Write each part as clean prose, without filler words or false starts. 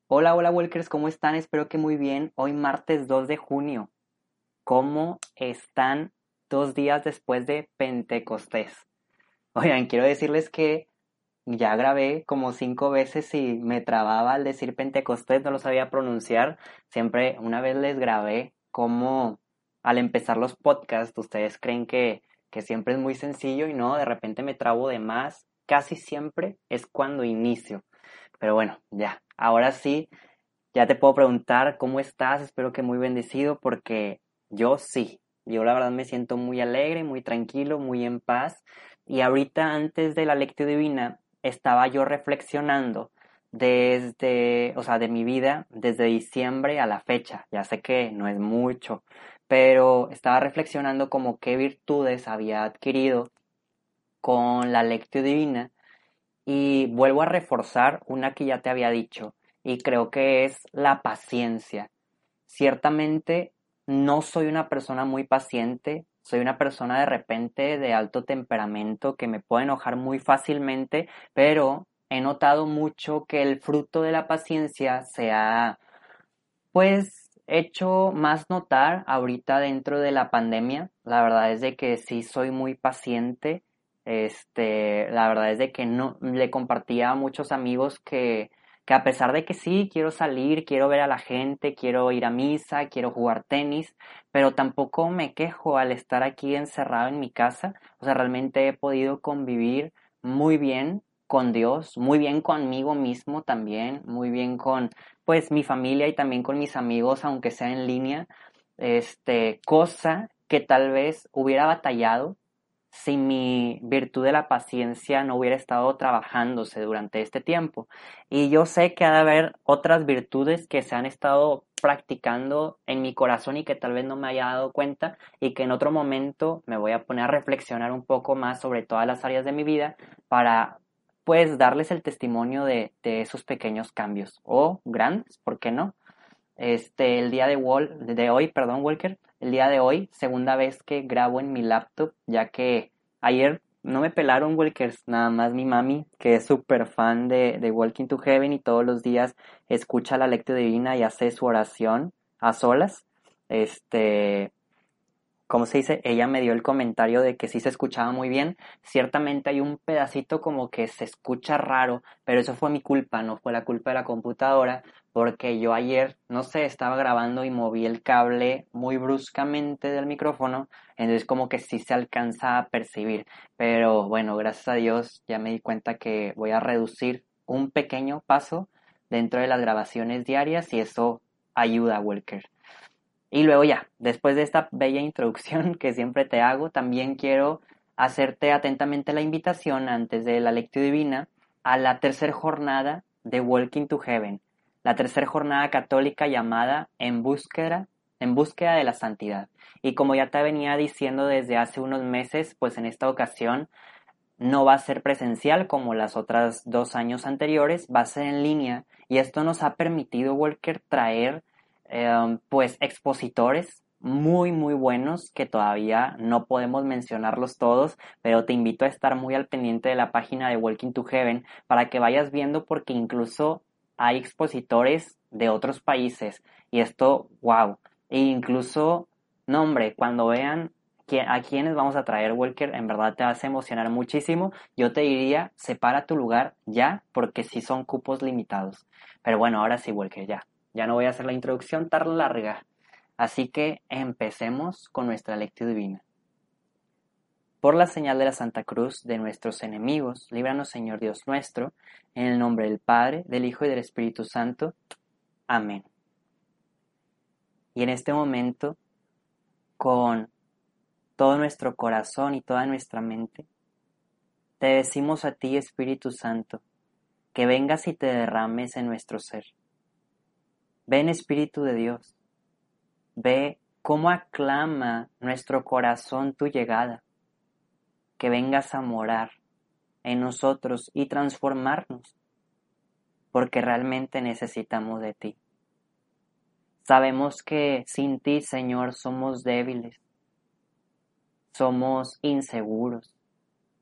Hola, hola Walkers, ¿cómo están? Espero que muy bien. Hoy martes 2 de junio. ¿Cómo están 2 días después de Pentecostés? Oigan, quiero decirles que ya grabé como 5 veces y me trababa al decir Pentecostés, no lo sabía pronunciar. Siempre, una vez les grabé como al empezar los podcasts, ustedes creen que siempre es muy sencillo y no, de repente me trabo de más. Casi siempre es cuando inicio. Pero bueno, ya, ahora sí. Ya te puedo preguntar cómo estás, espero que muy bendecido porque yo sí, yo la verdad me siento muy alegre, muy tranquilo, muy en paz y ahorita antes de la lectio divina estaba yo reflexionando de mi vida desde diciembre a la fecha, ya sé que no es mucho, pero estaba reflexionando como qué virtudes había adquirido con la lectio divina y vuelvo a reforzar una que ya te había dicho, y creo que es la paciencia. Ciertamente no soy una persona muy paciente, soy una persona de repente de alto temperamento que me puede enojar muy fácilmente, pero he notado mucho que el fruto de la paciencia se ha pues hecho más notar ahorita dentro de la pandemia. La verdad es de que sí soy muy paciente. La verdad es de que no le compartía a muchos amigos que a pesar de que sí, quiero salir, quiero ver a la gente, quiero ir a misa, quiero jugar tenis, pero tampoco me quejo al estar aquí encerrado en mi casa. O sea, realmente he podido convivir muy bien con Dios, muy bien conmigo mismo también, muy bien con pues mi familia y también con mis amigos, aunque sea en línea, cosa que tal vez hubiera batallado si mi virtud de la paciencia no hubiera estado trabajándose durante este tiempo. Y yo sé que ha de haber otras virtudes que se han estado practicando en mi corazón y que tal vez no me haya dado cuenta y que en otro momento me voy a poner a reflexionar un poco más sobre todas las áreas de mi vida para pues darles el testimonio de esos pequeños cambios o grandes, ¿por qué no? El día de hoy, perdón, Walker, el día de hoy, segunda vez que grabo en mi laptop, ya que ayer no me pelaron Walkers, nada más mi mami, que es súper fan de Walking to Heaven y todos los días escucha la lectio divina y hace su oración a solas. Este, ¿Cómo se dice? Ella me dio el comentario de que sí se escuchaba muy bien. Ciertamente hay un pedacito como que se escucha raro, pero eso fue mi culpa, no fue la culpa de la computadora, porque yo ayer, no sé, estaba grabando y moví el cable muy bruscamente del micrófono, entonces como que sí se alcanza a percibir. Pero bueno, gracias a Dios ya me di cuenta que voy a reducir un pequeño paso dentro de las grabaciones diarias y eso ayuda, Walker. Y luego ya, después de esta bella introducción que siempre te hago, también quiero hacerte atentamente la invitación antes de la lectura divina a la tercera jornada de Walking to Heaven, la tercera jornada católica llamada en búsqueda de la santidad. Y como ya te venía diciendo desde hace unos meses, pues en esta ocasión no va a ser presencial como las otras 2 años anteriores, va a ser en línea y esto nos ha permitido, Walker, traer pues expositores muy muy buenos que todavía no podemos mencionarlos todos, pero te invito a estar muy al pendiente de la página de Walking to Heaven para que vayas viendo porque incluso hay expositores de otros países y esto, wow, e incluso, no hombre, cuando vean a quienes vamos a traer, Walker, en verdad te vas a emocionar muchísimo. Yo te diría, separa tu lugar ya, porque sí son cupos limitados. Pero bueno, ahora sí, Walker, ya. Ya no voy a hacer la introducción tan larga. Así que empecemos con nuestra lectura divina. Por la señal de la Santa Cruz de nuestros enemigos, líbranos, Señor Dios nuestro, en el nombre del Padre, del Hijo y del Espíritu Santo. Amén. Y en este momento, con todo nuestro corazón y toda nuestra mente, te decimos a ti, Espíritu Santo, que vengas y te derrames en nuestro ser. Ven, Espíritu de Dios, ve cómo aclama nuestro corazón tu llegada, que vengas a morar en nosotros y transformarnos, porque realmente necesitamos de ti. Sabemos que sin ti, Señor, somos débiles, somos inseguros,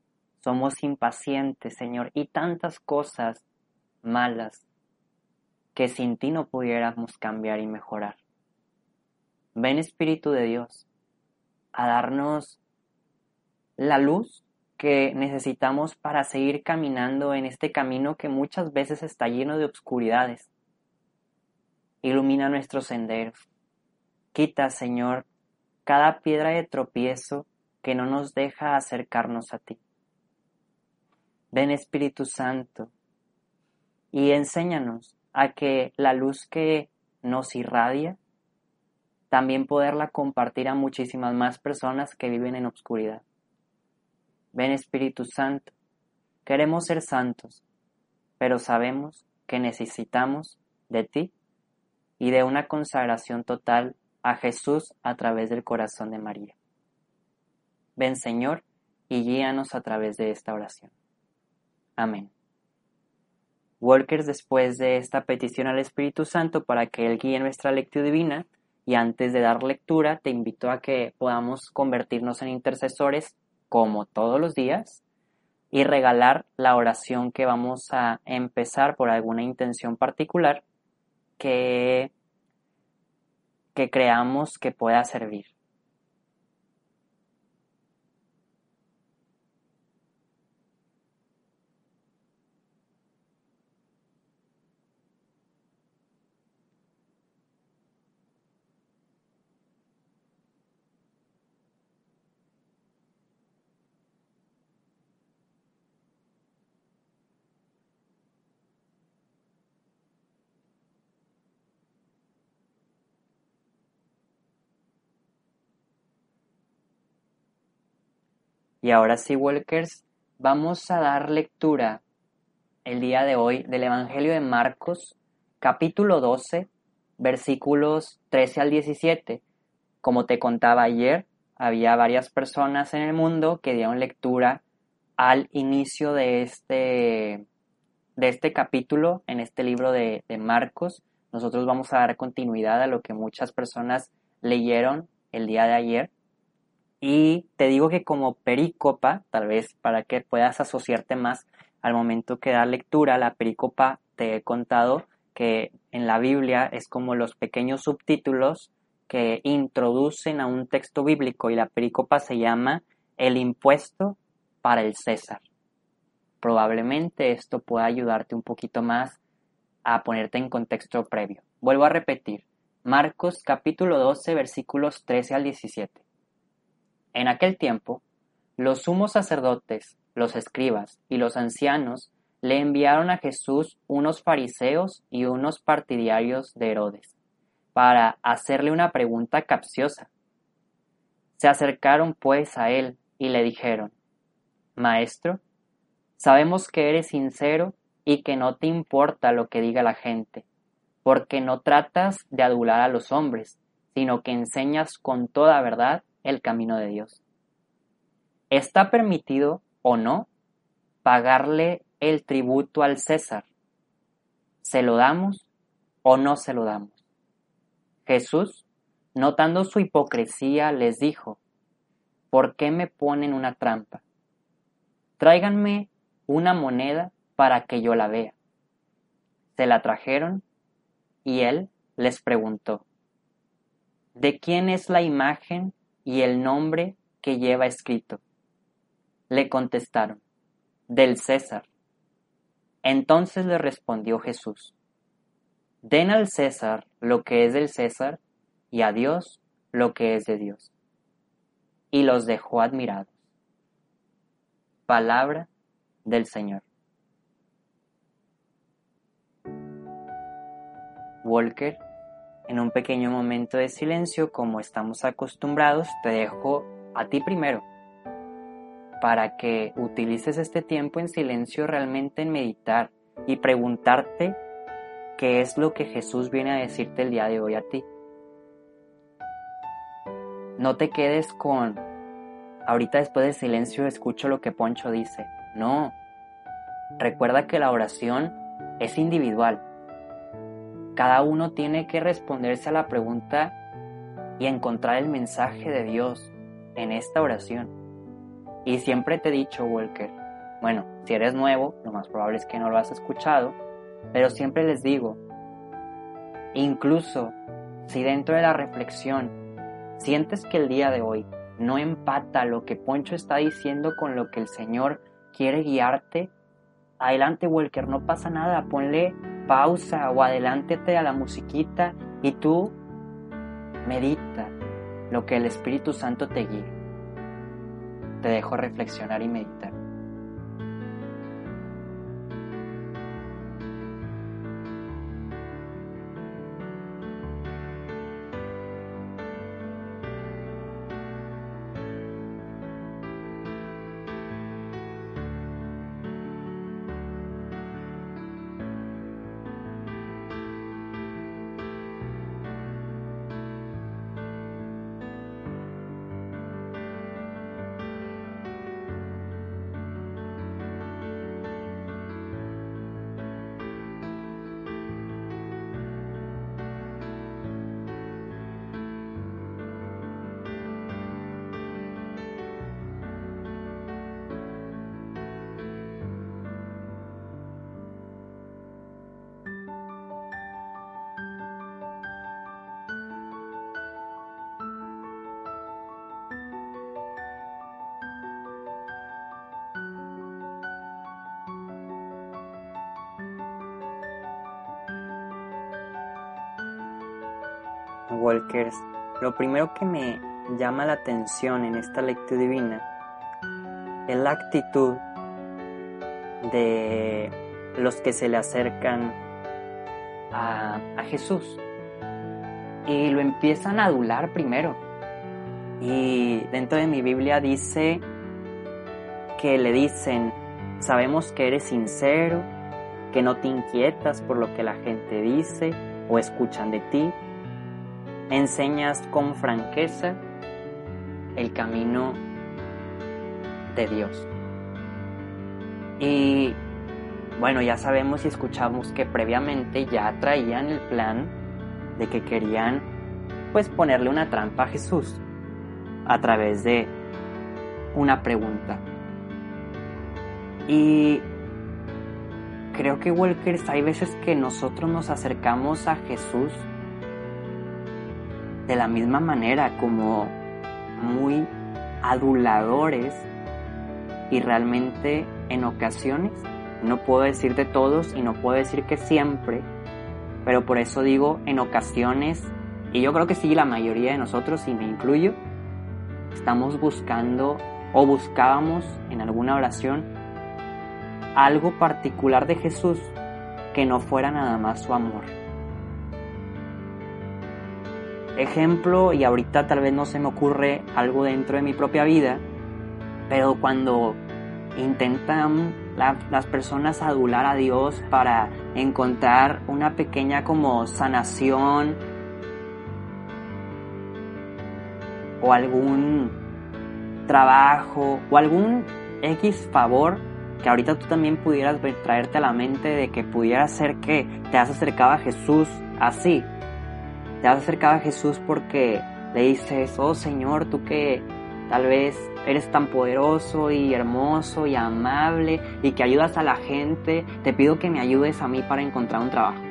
somos impacientes, Señor, y tantas cosas malas que sin ti no pudiéramos cambiar y mejorar. Ven, Espíritu de Dios, a darnos la luz que necesitamos para seguir caminando en este camino que muchas veces está lleno de obscuridades. Ilumina nuestros senderos. Quita, Señor, cada piedra de tropiezo que no nos deja acercarnos a ti. Ven, Espíritu Santo, y enséñanos a que la luz que nos irradia, también poderla compartir a muchísimas más personas que viven en obscuridad. Ven, Espíritu Santo, queremos ser santos, pero sabemos que necesitamos de ti y de una consagración total a Jesús a través del corazón de María. Ven, Señor, y guíanos a través de esta oración. Amén. Walkers, después de esta petición al Espíritu Santo para que Él guíe nuestra lectura divina, y antes de dar lectura, te invito a que podamos convertirnos en intercesores como todos los días y regalar la oración que vamos a empezar por alguna intención particular que creamos que pueda servir. Y ahora sí, Walkers, vamos a dar lectura el día de hoy del Evangelio de Marcos, capítulo 12, versículos 13 al 17. Como te contaba ayer, había varias personas en el mundo que dieron lectura al inicio de este capítulo en este libro de Marcos. Nosotros vamos a dar continuidad a lo que muchas personas leyeron el día de ayer. Y te digo que como perícopa, tal vez para que puedas asociarte más al momento que da lectura, la perícopa te he contado que en la Biblia es como los pequeños subtítulos que introducen a un texto bíblico, y la perícopa se llama el impuesto para el César. Probablemente esto pueda ayudarte un poquito más a ponerte en contexto previo. Vuelvo a repetir, Marcos capítulo 12 versículos 13 al 17. En aquel tiempo, los sumos sacerdotes, los escribas y los ancianos le enviaron a Jesús unos fariseos y unos partidarios de Herodes, para hacerle una pregunta capciosa. Se acercaron pues a él y le dijeron: Maestro, sabemos que eres sincero y que no te importa lo que diga la gente, porque no tratas de adular a los hombres, sino que enseñas con toda verdad el camino de Dios. ¿Está permitido o no pagarle el tributo al César? ¿Se lo damos o no se lo damos? Jesús, notando su hipocresía, les dijo: ¿Por qué me ponen una trampa? Tráiganme una moneda para que yo la vea. Se la trajeron y él les preguntó: ¿De quién es la imagen y el nombre que lleva escrito? Le contestaron: del César. Entonces le respondió Jesús: Den al César lo que es del César y a Dios lo que es de Dios. Y los dejó admirados. Palabra del Señor. Walker, en un pequeño momento de silencio, como estamos acostumbrados, te dejo a ti primero, para que utilices este tiempo en silencio realmente en meditar y preguntarte qué es lo que Jesús viene a decirte el día de hoy a ti. No te quedes con, ahorita después del silencio escucho lo que Poncho dice. No, recuerda que la oración es individual. Cada uno tiene que responderse a la pregunta y encontrar el mensaje de Dios en esta oración. Y siempre te he dicho, Walker, bueno, si eres nuevo, lo más probable es que no lo has escuchado, pero siempre les digo, Incluso si dentro de la reflexión sientes que el día de hoy no empata lo que Poncho está diciendo con lo que el Señor quiere guiarte, adelante, Walker, no pasa nada, ponle pausa o adelántate a la musiquita y tú medita lo que el Espíritu Santo te guíe. Te dejo reflexionar y meditar. Walkers, lo primero que me llama la atención en esta lectura divina es la actitud de los que se le acercan a Jesús y lo empiezan a adular primero. Y dentro de mi Biblia dice que le dicen: sabemos que eres sincero, que no te inquietas por lo que la gente dice o escuchan de ti, enseñas con franqueza el camino de Dios. Y bueno, ya sabemos y escuchamos que previamente ya traían el plan de que querían pues ponerle una trampa a Jesús a través de una pregunta. Y creo que, Walkers, hay veces que nosotros nos acercamos a Jesús de la misma manera, como muy aduladores, y realmente en ocasiones, no puedo decir de todos y no puedo decir que siempre, pero por eso digo en ocasiones, y yo creo que sí, la mayoría de nosotros, y me incluyo, estamos buscando o buscábamos en alguna oración algo particular de Jesús que no fuera nada más su amor. Ejemplo, y ahorita tal vez no se me ocurre algo dentro de mi propia vida, pero cuando intentan las personas adular a Dios para encontrar una pequeña como sanación o algún trabajo o algún X favor que ahorita tú también pudieras traerte a la mente de que pudiera ser que te has acercado a Jesús así. Te has acercado a Jesús porque le dices: oh Señor, tú que tal vez eres tan poderoso y hermoso y amable y que ayudas a la gente, te pido que me ayudes a mí para encontrar un trabajo.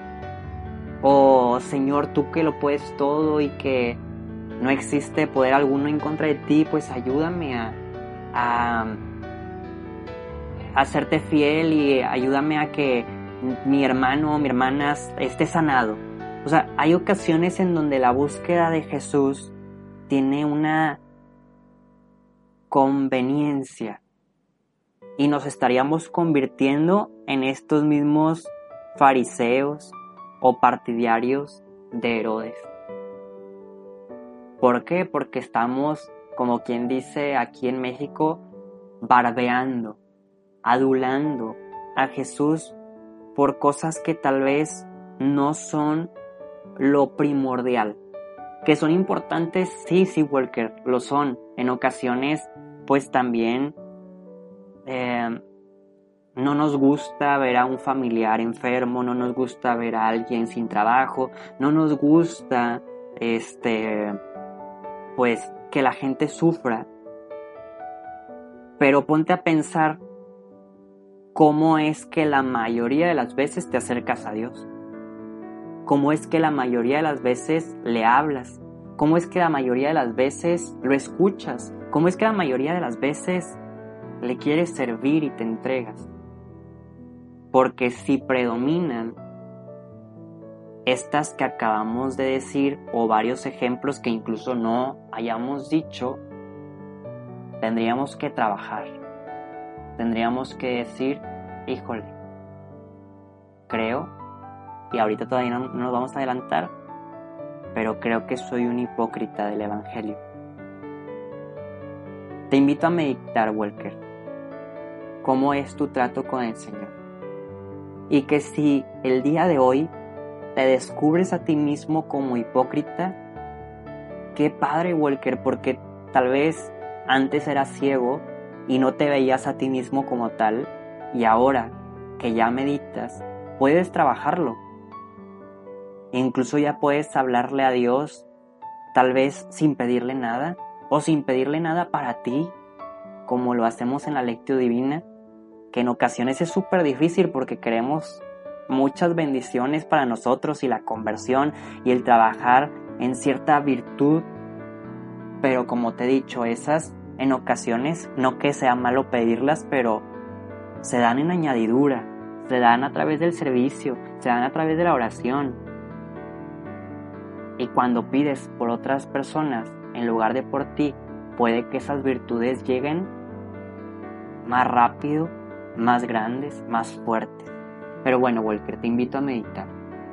Oh Señor, tú que lo puedes todo y que no existe poder alguno en contra de ti, pues ayúdame a serte fiel y ayúdame a que mi hermano o mi hermana esté sanado. O sea, hay ocasiones en donde la búsqueda de Jesús tiene una conveniencia y nos estaríamos convirtiendo en estos mismos fariseos o partidarios de Herodes. ¿Por qué? Porque estamos, como quien dice aquí en México, barbeando, adulando a Jesús por cosas que tal vez no son lo primordial. Que son importantes, sí, Walker, lo son. En ocasiones, pues también no nos gusta ver a un familiar enfermo, no nos gusta ver a alguien sin trabajo, no nos gusta, pues, que la gente sufra. Pero ponte a pensar cómo es que la mayoría de las veces te acercas a Dios. cómo es que la mayoría de las veces le hablas, cómo es que la mayoría de las veces lo escuchas, cómo es que la mayoría de las veces le quieres servir y te entregas. Porque si predominan estas que acabamos de decir o varios ejemplos que incluso no hayamos dicho, tendríamos que trabajar. Tendríamos que decir, híjole, creo, y ahorita todavía no nos vamos a adelantar, pero creo que soy un hipócrita del Evangelio. Te invito a meditar, Walker, cómo es tu trato con el Señor. Y que si el día de hoy te descubres a ti mismo como hipócrita, qué padre, Walker, porque tal vez antes eras ciego y no te veías a ti mismo como tal, y ahora que ya meditas, puedes trabajarlo. Incluso ya puedes hablarle a Dios, tal vez sin pedirle nada, o sin pedirle nada para ti, como lo hacemos en la Lectio Divina, que en ocasiones es súper difícil porque queremos muchas bendiciones para nosotros y la conversión y el trabajar en cierta virtud, pero como te he dicho, esas en ocasiones, no que sea malo pedirlas, pero se dan en añadidura, se dan a través del servicio, se dan a través de la oración. Y cuando pides por otras personas en lugar de por ti, puede que esas virtudes lleguen más rápido, más grandes, más fuertes. Pero bueno, Walker, te invito a meditar.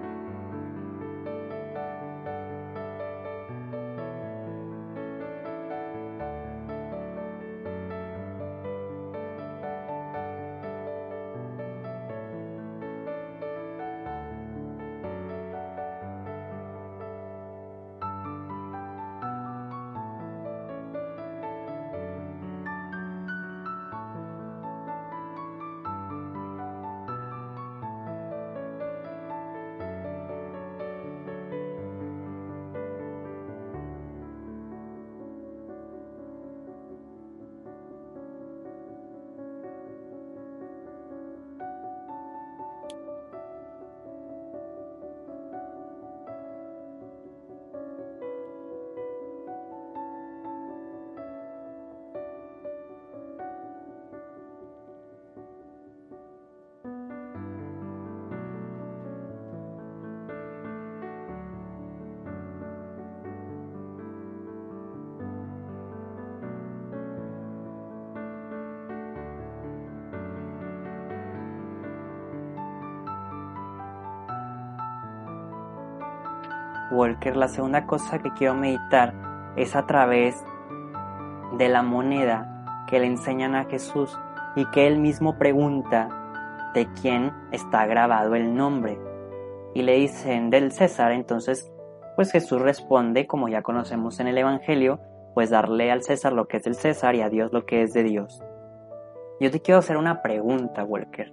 Walker, la segunda cosa que quiero meditar es a través de la moneda que le enseñan a Jesús y que él mismo pregunta de quién está grabado el nombre. Y le dicen del César, entonces pues Jesús responde, como ya conocemos en el Evangelio, pues darle al César lo que es del César y a Dios lo que es de Dios. Yo te quiero hacer una pregunta, Walker.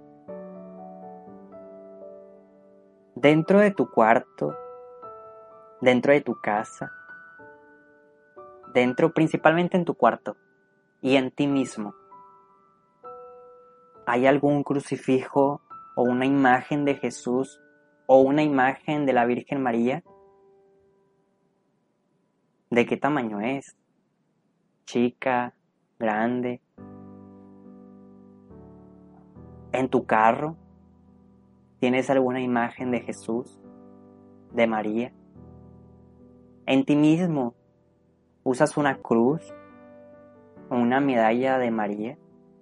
Dentro de tu cuarto, dentro de tu casa, dentro principalmente en tu cuarto y en ti mismo, ¿hay algún crucifijo o una imagen de Jesús o una imagen de la Virgen María? ¿De qué tamaño es? ¿Chica? ¿Grande? ¿En tu carro tienes alguna imagen de Jesús? ¿De María? ¿En ti mismo usas una cruz o una medalla de María?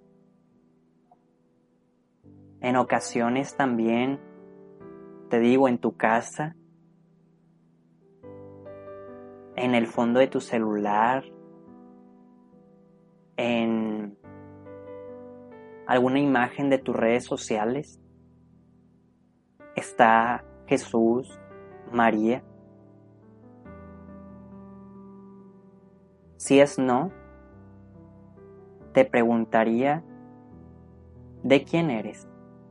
En ocasiones también, te digo, en tu casa, en el fondo de tu celular, en alguna imagen de tus redes sociales, está Jesús, María. Si es no, te preguntaría, ¿de quién eres?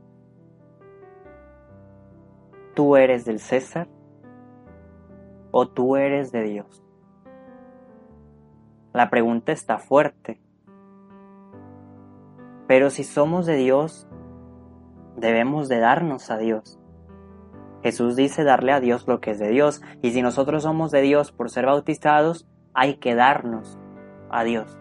¿Tú eres del César o tú eres de Dios? La pregunta está fuerte, pero si somos de Dios, debemos de darnos a Dios. Jesús dice darle a Dios lo que es de Dios, y si nosotros somos de Dios por ser bautizados, hay que darnos a Dios.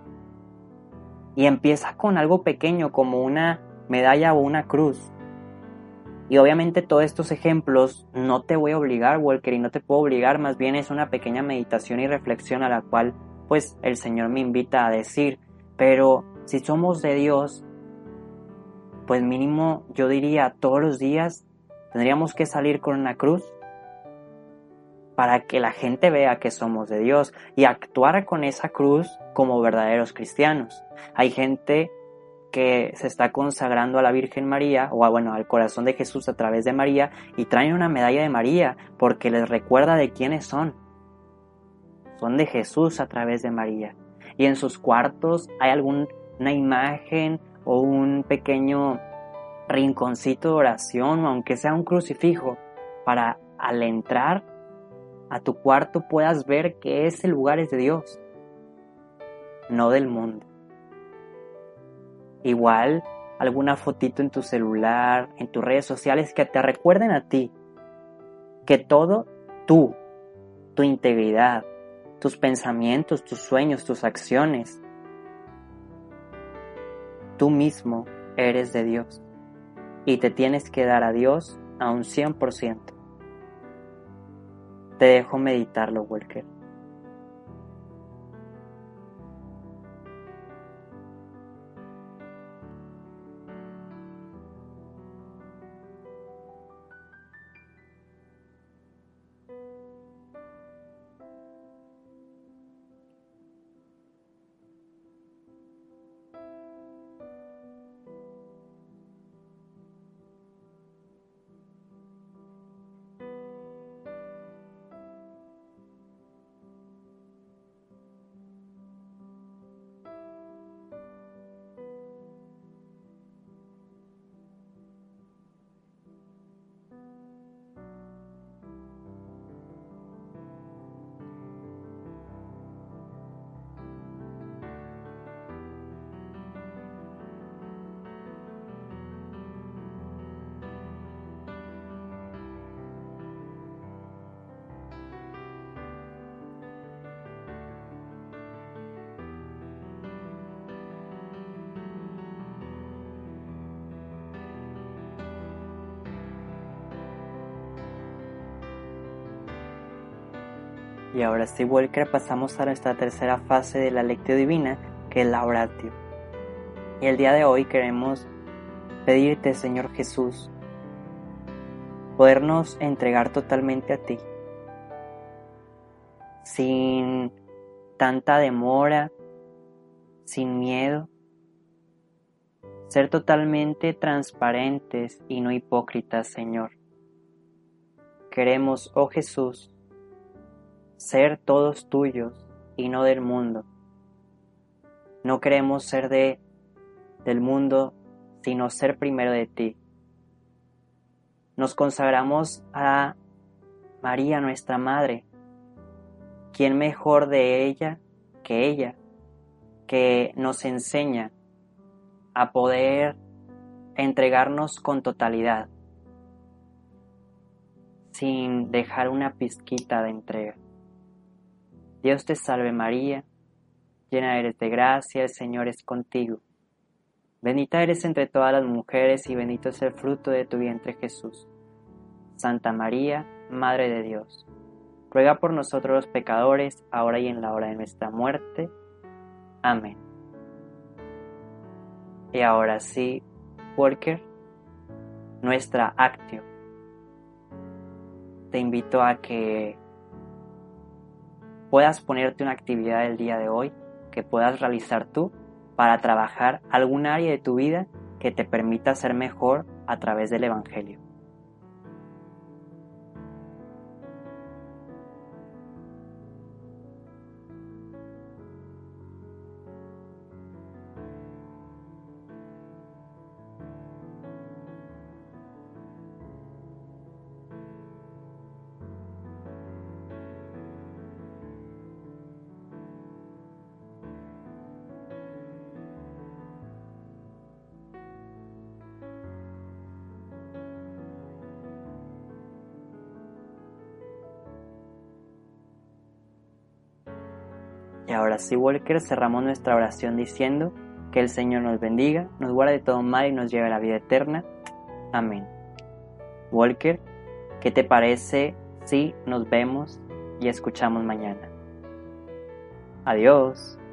Y empieza con algo pequeño como una medalla o una cruz. Y obviamente todos estos ejemplos no te voy a obligar, Walker, y no te puedo obligar, más bien es una pequeña meditación y reflexión a la cual pues el Señor me invita a decir. Pero si somos de Dios, pues mínimo yo diría todos los días tendríamos que salir con una cruz para que la gente vea que somos de Dios y actuar con esa cruz como verdaderos cristianos. Hay gente que se está consagrando a la Virgen María o al corazón de Jesús a través de María y traen una medalla de María porque les recuerda de quiénes son. Son de Jesús a través de María. Y en sus cuartos hay alguna imagen o un pequeño rinconcito de oración o aunque sea un crucifijo para al entrar a tu cuarto puedas ver que ese lugar es de Dios, no del mundo. Igual, alguna fotito en tu celular, en tus redes sociales que te recuerden a ti que todo tú, tu integridad, tus pensamientos, tus sueños, tus acciones, tú mismo eres de Dios y te tienes que dar a Dios a un 100%. Te dejo meditarlo, Walker. Y ahora sí, Walker, pasamos a nuestra tercera fase de la lectio divina, que es la oratio. Y el día de hoy queremos pedirte, Señor Jesús, podernos entregar totalmente a ti, sin tanta demora, sin miedo, ser totalmente transparentes y no hipócritas, Señor. Queremos, oh Jesús, ser todos tuyos y no del mundo. No queremos ser del mundo, sino ser primero de ti. Nos consagramos a María, nuestra Madre. ¿Quién mejor de ella, que nos enseña a poder entregarnos con totalidad, sin dejar una pizquita de entrega? Dios te salve María, llena eres de gracia, el Señor es contigo. Bendita eres entre todas las mujeres y bendito es el fruto de tu vientre Jesús. Santa María, Madre de Dios, ruega por nosotros los pecadores, ahora y en la hora de nuestra muerte. Amén. Y ahora sí, Walker, nuestra actio. Te invito a que puedas ponerte una actividad del día de hoy, que puedas realizar tú para trabajar algún área de tu vida que te permita ser mejor a través del Evangelio. Y ahora sí, Walker, cerramos nuestra oración diciendo que el Señor nos bendiga, nos guarde de todo mal y nos lleve a la vida eterna. Amén. Walker, ¿qué te parece si nos vemos y escuchamos mañana? Adiós.